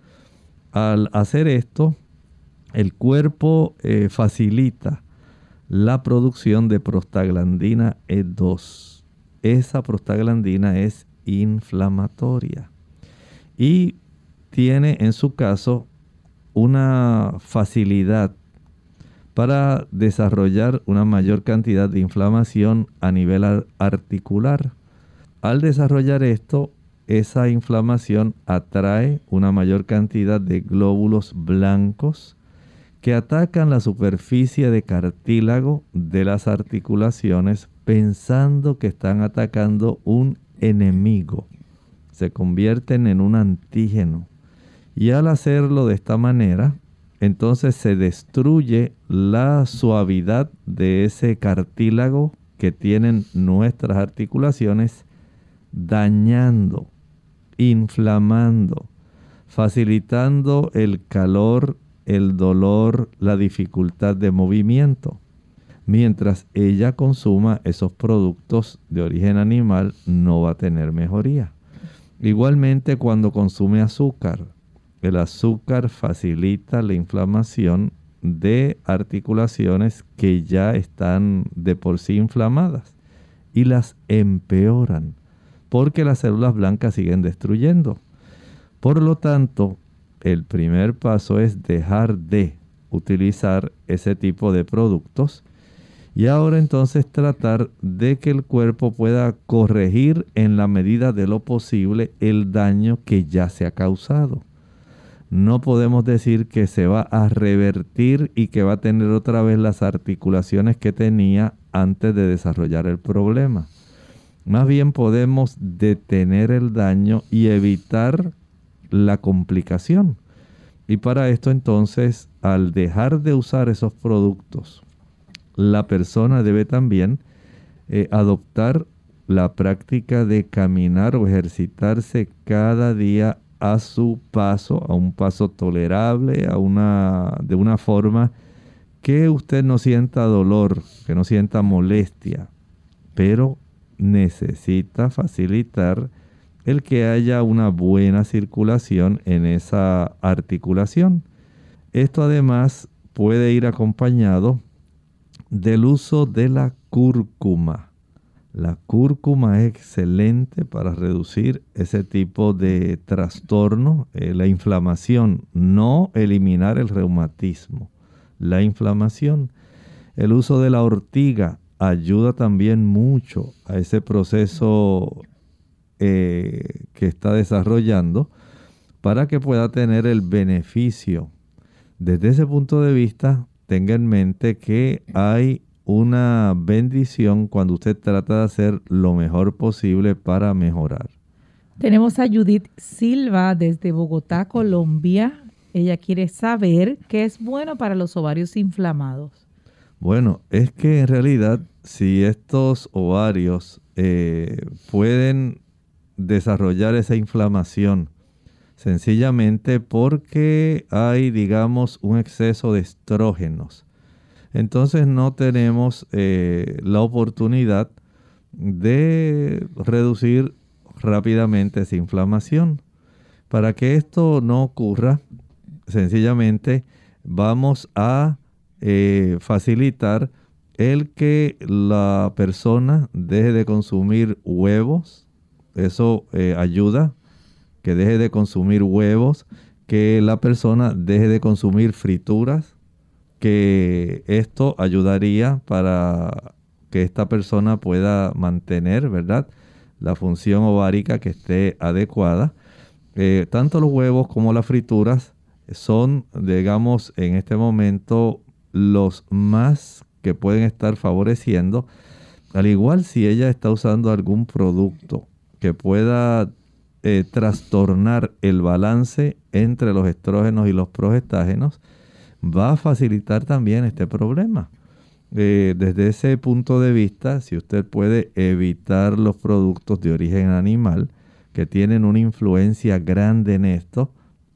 Al hacer esto, el cuerpo facilita la producción de prostaglandina E2. Esa prostaglandina es inflamatoria y tiene en su caso una facilidad para desarrollar una mayor cantidad de inflamación a nivel articular. Al desarrollar esto, esa inflamación atrae una mayor cantidad de glóbulos blancos que atacan la superficie de cartílago de las articulaciones pensando que están atacando un enemigo. Se convierten en un antígeno. Y al hacerlo de esta manera, entonces se destruye la suavidad de ese cartílago que tienen nuestras articulaciones, dañando, inflamando, facilitando el calor, el dolor, la dificultad de movimiento. Mientras ella consuma esos productos de origen animal, no va a tener mejoría. Igualmente cuando consume azúcar, el azúcar facilita la inflamación de articulaciones que ya están de por sí inflamadas y las empeoran porque las células blancas siguen destruyendo. Por lo tanto, el primer paso es dejar de utilizar ese tipo de productos y ahora entonces tratar de que el cuerpo pueda corregir en la medida de lo posible el daño que ya se ha causado. No podemos decir que se va a revertir y que va a tener otra vez las articulaciones que tenía antes de desarrollar el problema. Más bien podemos detener el daño y evitar la complicación. Y para esto entonces, al dejar de usar esos productos, la persona debe también adoptar la práctica de caminar o ejercitarse cada día a su paso, a un paso tolerable, de una forma que usted no sienta dolor, que no sienta molestia, pero necesita facilitar el que haya una buena circulación en esa articulación. Esto además puede ir acompañado del uso de la cúrcuma. La cúrcuma es excelente para reducir ese tipo de trastorno, la inflamación, no eliminar el reumatismo, la inflamación. El uso de la ortiga ayuda también mucho a ese proceso que está desarrollando para que pueda tener el beneficio. Desde ese punto de vista, tenga en mente que hay una bendición cuando usted trata de hacer lo mejor posible para mejorar. Tenemos a Judith Silva desde Bogotá, Colombia. Ella quiere saber qué es bueno para los ovarios inflamados. Bueno, es que en realidad si estos ovarios pueden desarrollar esa inflamación sencillamente porque hay, digamos, un exceso de estrógenos, entonces no tenemos la oportunidad de reducir rápidamente esa inflamación. Para que esto no ocurra, sencillamente vamos a facilitar el que la persona deje de consumir huevos. Eso ayuda, que deje de consumir huevos, que la persona deje de consumir frituras, que esto ayudaría para que esta persona pueda mantener, ¿verdad?, la función ovárica que esté adecuada. Tanto los huevos como las frituras son, digamos, en este momento los más que pueden estar favoreciendo. Al igual, si ella está usando algún producto que pueda trastornar el balance entre los estrógenos y los progestágenos, va a facilitar también este problema. Desde ese punto de vista, si usted puede evitar los productos de origen animal que tienen una influencia grande en esto,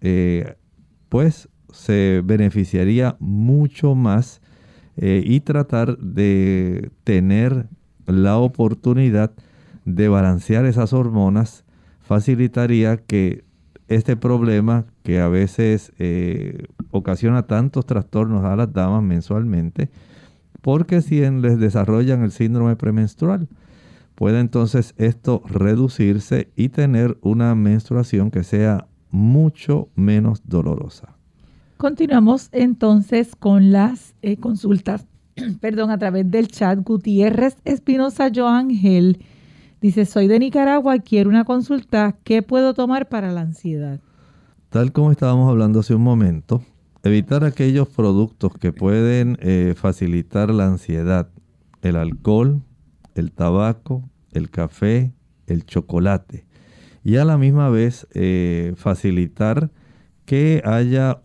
pues se beneficiaría mucho más y tratar de tener la oportunidad de balancear esas hormonas facilitaría que este problema que a veces ocasiona tantos trastornos a las damas mensualmente, porque si les desarrollan el síndrome premenstrual, puede entonces esto reducirse y tener una menstruación que sea mucho menos dolorosa. Continuamos entonces con las consultas, a través del chat. Gutiérrez Espinosa Joángel dice: soy de Nicaragua, quiero una consulta, ¿qué puedo tomar para la ansiedad? Tal como estábamos hablando hace un momento, evitar aquellos productos que pueden facilitar la ansiedad: el alcohol, el tabaco, el café, el chocolate. Y a la misma vez facilitar que haya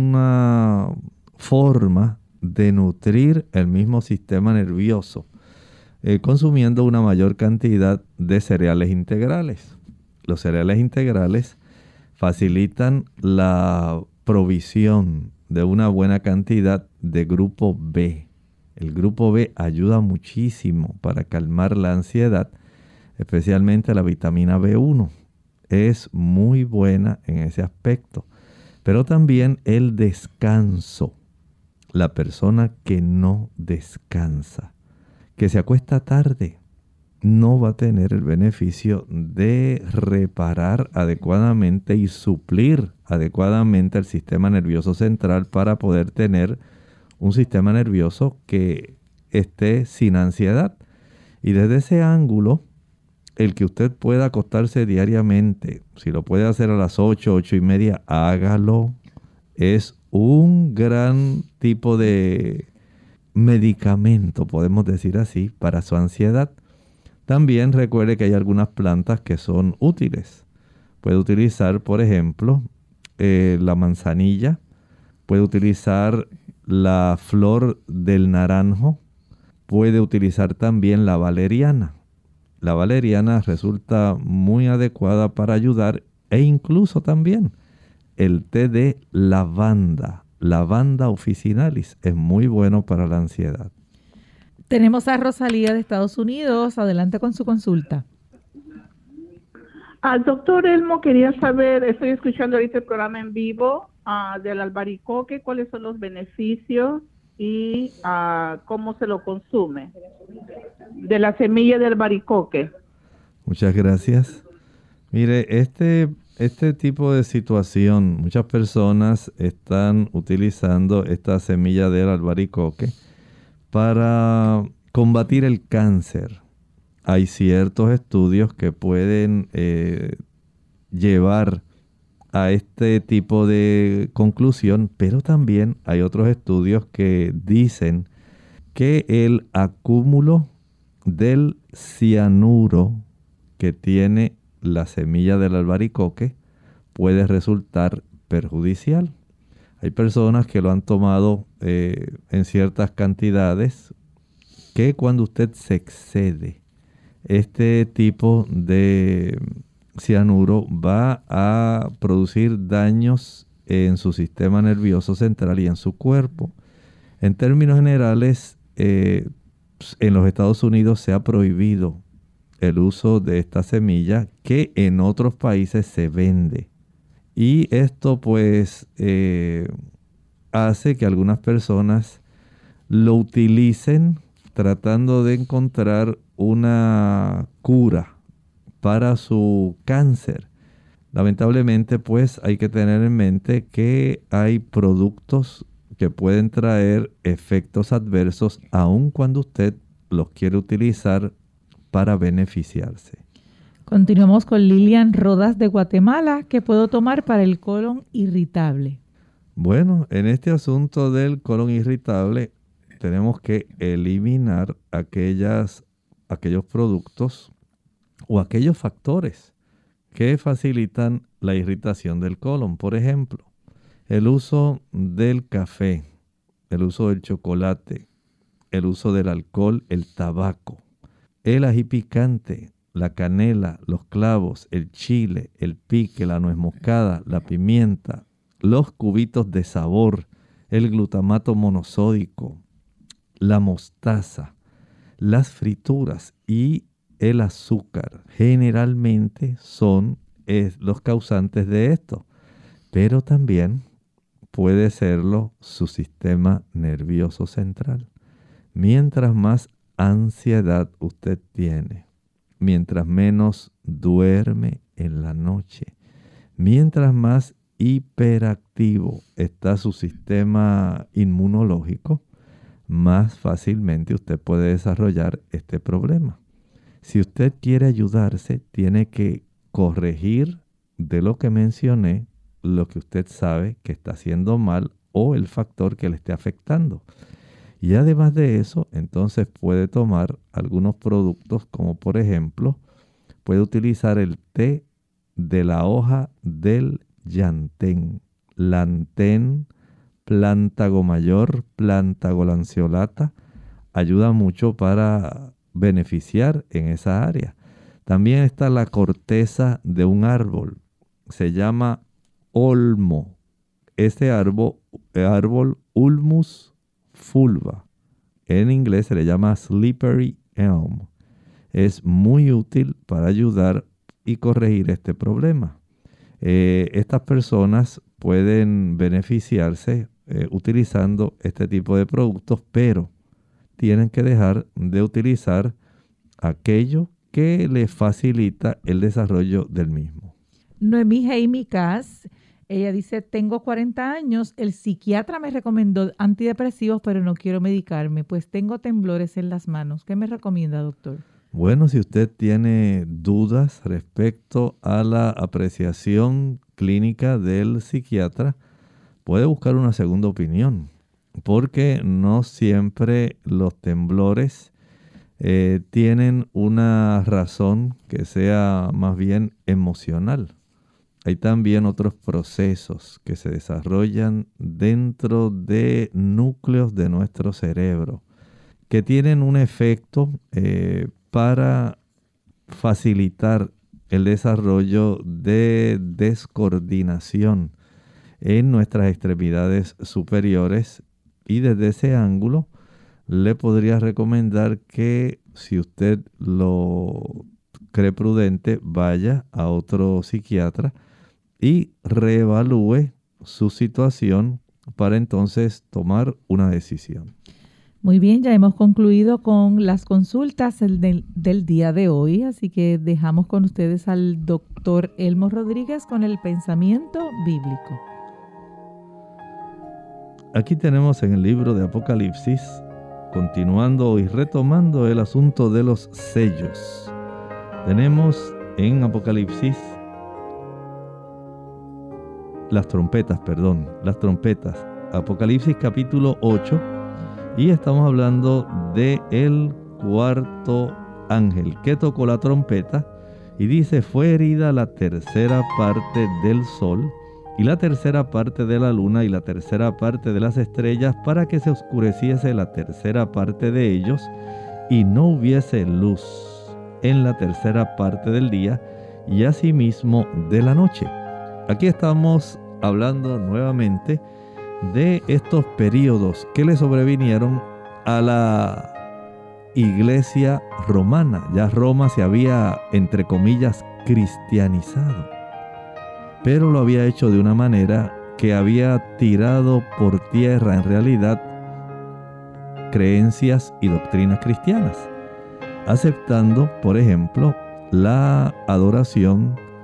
una forma de nutrir el mismo sistema nervioso, consumiendo una mayor cantidad de cereales integrales. Los cereales integrales facilitan la provisión de una buena cantidad de grupo B. El grupo B ayuda muchísimo para calmar la ansiedad, especialmente la vitamina B1. Es muy buena en ese aspecto. Pero también el descanso. La persona que no descansa, que se acuesta tarde, no va a tener el beneficio de reparar adecuadamente y suplir adecuadamente el sistema nervioso central para poder tener un sistema nervioso que esté sin ansiedad. Y desde ese ángulo, el que usted pueda acostarse diariamente, si lo puede hacer a las 8, 8:30, hágalo. Es un gran tipo de medicamento, podemos decir así, para su ansiedad. También recuerde que hay algunas plantas que son útiles. Puede utilizar, por ejemplo, la manzanilla. Puede utilizar la flor del naranjo. Puede utilizar también la valeriana. La valeriana resulta muy adecuada para ayudar, e incluso también el té de lavanda, Lavanda officinalis, es muy bueno para la ansiedad. Tenemos a Rosalía de Estados Unidos. Adelante con su consulta. Doctor Elmo, quería saber, estoy escuchando ahorita el programa en vivo del albaricoque, cuáles son los beneficios y cómo se lo consume, de la semilla del albaricoque. Muchas gracias. Mire, este tipo de situación, muchas personas están utilizando esta semilla del albaricoque para combatir el cáncer. Hay ciertos estudios que pueden llevar a este tipo de conclusión, pero también hay otros estudios que dicen que el acúmulo del cianuro que tiene la semilla del albaricoque puede resultar perjudicial. Hay personas que lo han tomado en ciertas cantidades, que cuando usted se excede este tipo de cianuro va a producir daños en su sistema nervioso central y en su cuerpo. En términos generales, en los Estados Unidos se ha prohibido el uso de esta semilla, que en otros países se vende. Y esto pues hace que algunas personas lo utilicen tratando de encontrar una cura para su cáncer. Lamentablemente pues hay que tener en mente que hay productos que pueden traer efectos adversos aun cuando usted los quiere utilizar para beneficiarse. Continuamos con Lilian Rodas de Guatemala. ¿Qué puedo tomar para el colon irritable? Bueno, en este asunto del colon irritable tenemos que eliminar aquellos productos o aquellos factores que facilitan la irritación del colon. Por ejemplo, el uso del café, el uso del chocolate, el uso del alcohol, el tabaco, el ají picante, la canela, los clavos, el chile, el pique, la nuez moscada, la pimienta, los cubitos de sabor, el glutamato monosódico, la mostaza, las frituras y el azúcar generalmente son los causantes de esto, pero también puede serlo su sistema nervioso central. Mientras más ansiedad usted tiene, mientras menos duerme en la noche, mientras más hiperactivo está su sistema inmunológico, más fácilmente usted puede desarrollar este problema. Si usted quiere ayudarse, tiene que corregir de lo que mencioné, lo que usted sabe que está haciendo mal o el factor que le esté afectando. Y además de eso, entonces puede tomar algunos productos como por ejemplo, puede utilizar el té de la hoja del llantén, lantén, plántago mayor, plántago lanceolata, ayuda mucho para beneficiar en esa área. También está la corteza de un árbol, se llama olmo. Este árbol Ulmus fulva, en inglés se le llama slippery elm. Es muy útil para ayudar y corregir este problema. Estas personas pueden beneficiarse utilizando este tipo de productos, pero tienen que dejar de utilizar aquello que les facilita el desarrollo del mismo. Noemí Jaime Cas, ella dice, tengo 40 años, el psiquiatra me recomendó antidepresivos, pero no quiero medicarme, pues tengo temblores en las manos. ¿Qué me recomienda, doctor? Bueno, si usted tiene dudas respecto a la apreciación clínica del psiquiatra, puede buscar una segunda opinión, porque no siempre los temblores tienen una razón que sea más bien emocional. Hay también otros procesos que se desarrollan dentro de núcleos de nuestro cerebro que tienen un efecto para facilitar el desarrollo de descoordinación en nuestras extremidades superiores, y desde ese ángulo le podría recomendar que si usted lo cree prudente, vaya a otro psiquiatra y reevalúe su situación para entonces tomar una decisión. Muy bien, ya hemos concluido con las consultas del día de hoy, así que dejamos con ustedes al doctor Elmo Rodríguez con el pensamiento bíblico. Aquí tenemos en el libro de Apocalipsis, continuando y retomando el asunto de los sellos. Tenemos en Apocalipsis las trompetas. Apocalipsis capítulo 8, y estamos hablando de el cuarto ángel que tocó la trompeta y dice: fue herida la tercera parte del sol y la tercera parte de la luna y la tercera parte de las estrellas, para que se oscureciese la tercera parte de ellos y no hubiese luz en la tercera parte del día y asimismo de la noche. Aquí estamos hablando nuevamente de estos periodos que le sobrevinieron a la iglesia romana. Ya Roma se había, entre comillas, cristianizado, pero lo había hecho de una manera que había tirado por tierra en realidad creencias y doctrinas cristianas, aceptando, por ejemplo, la adoración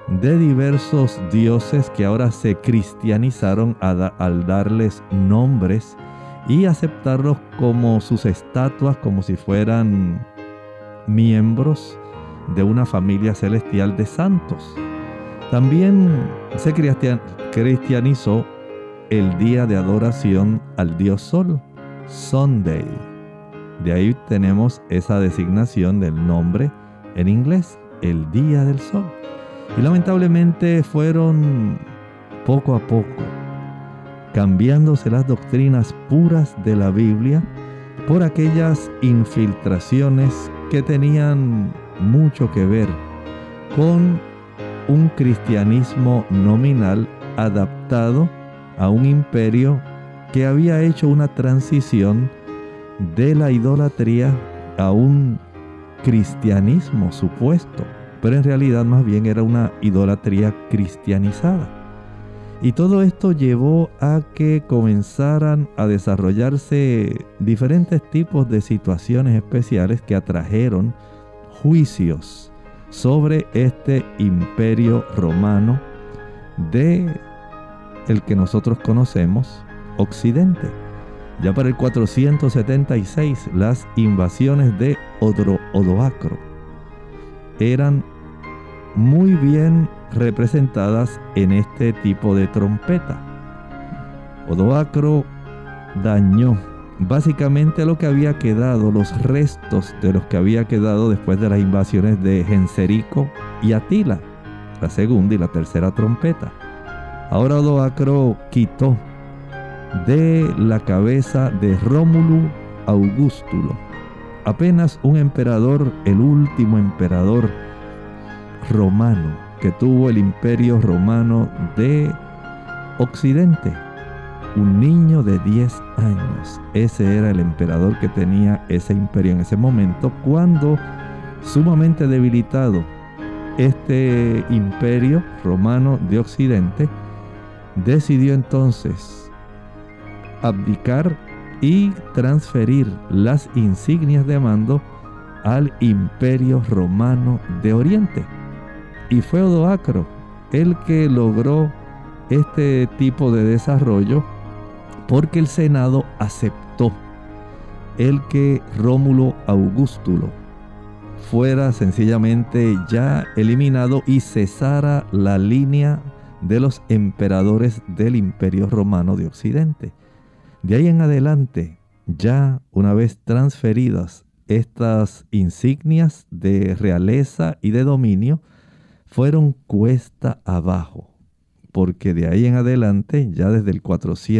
de diversos dioses que ahora se cristianizaron al darles nombres y aceptarlos como sus estatuas, como si fueran miembros de una familia celestial de santos. También se cristianizó el día de adoración al dios Sol, Sunday. De ahí tenemos esa designación del nombre en inglés, el día del sol. Y lamentablemente fueron poco a poco cambiándose las doctrinas puras de la Biblia por aquellas infiltraciones que tenían mucho que ver con un cristianismo nominal adaptado a un imperio que había hecho una transición de la idolatría a un cristianismo supuesto, pero en realidad más bien era una idolatría cristianizada. Y todo esto llevó a que comenzaran a desarrollarse diferentes tipos de situaciones especiales que atrajeron juicios sobre este imperio romano de el que nosotros conocemos, Occidente. Ya para el 476, las invasiones de Odoacro eran muy bien representadas en este tipo de trompeta. Odoacro dañó básicamente lo que había quedado, los restos de los que había quedado después de las invasiones de Genserico y Atila, la segunda y la tercera trompeta. Ahora Odoacro quitó de la cabeza de Rómulo Augustulo, apenas un emperador, el último emperador romano que tuvo el imperio romano de Occidente, un niño de 10 años. Ese era el emperador que tenía ese imperio en ese momento, cuando sumamente debilitado este imperio romano de Occidente, decidió entonces abdicar y transferir las insignias de mando al imperio romano de Oriente. Y fue Odoacro el que logró este tipo de desarrollo, porque el Senado aceptó el que Rómulo Augustulo fuera sencillamente ya eliminado y cesara la línea de los emperadores del Imperio Romano de Occidente. De ahí en adelante, ya una vez transferidas estas insignias de realeza y de dominio, fueron cuesta abajo, porque de ahí en adelante, ya desde el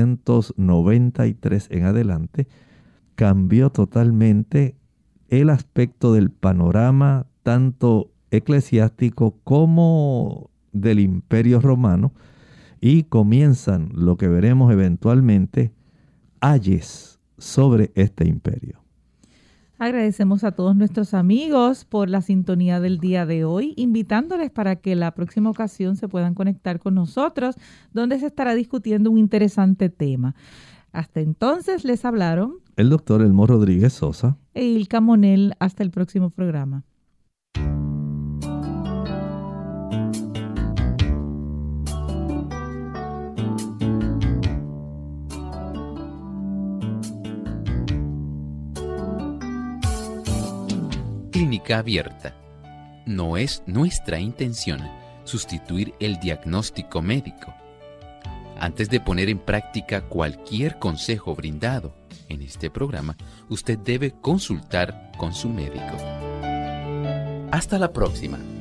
493 en adelante, cambió totalmente el aspecto del panorama, tanto eclesiástico como del Imperio Romano, y comienzan lo que veremos eventualmente, ayes sobre este imperio. Agradecemos a todos nuestros amigos por la sintonía del día de hoy, invitándoles para que la próxima ocasión se puedan conectar con nosotros, donde se estará discutiendo un interesante tema. Hasta entonces les hablaron el doctor Elmo Rodríguez Sosa e Ilka Monel. Hasta el próximo programa. Clínica Abierta. No es nuestra intención sustituir el diagnóstico médico. Antes de poner en práctica cualquier consejo brindado en este programa, usted debe consultar con su médico. Hasta la próxima.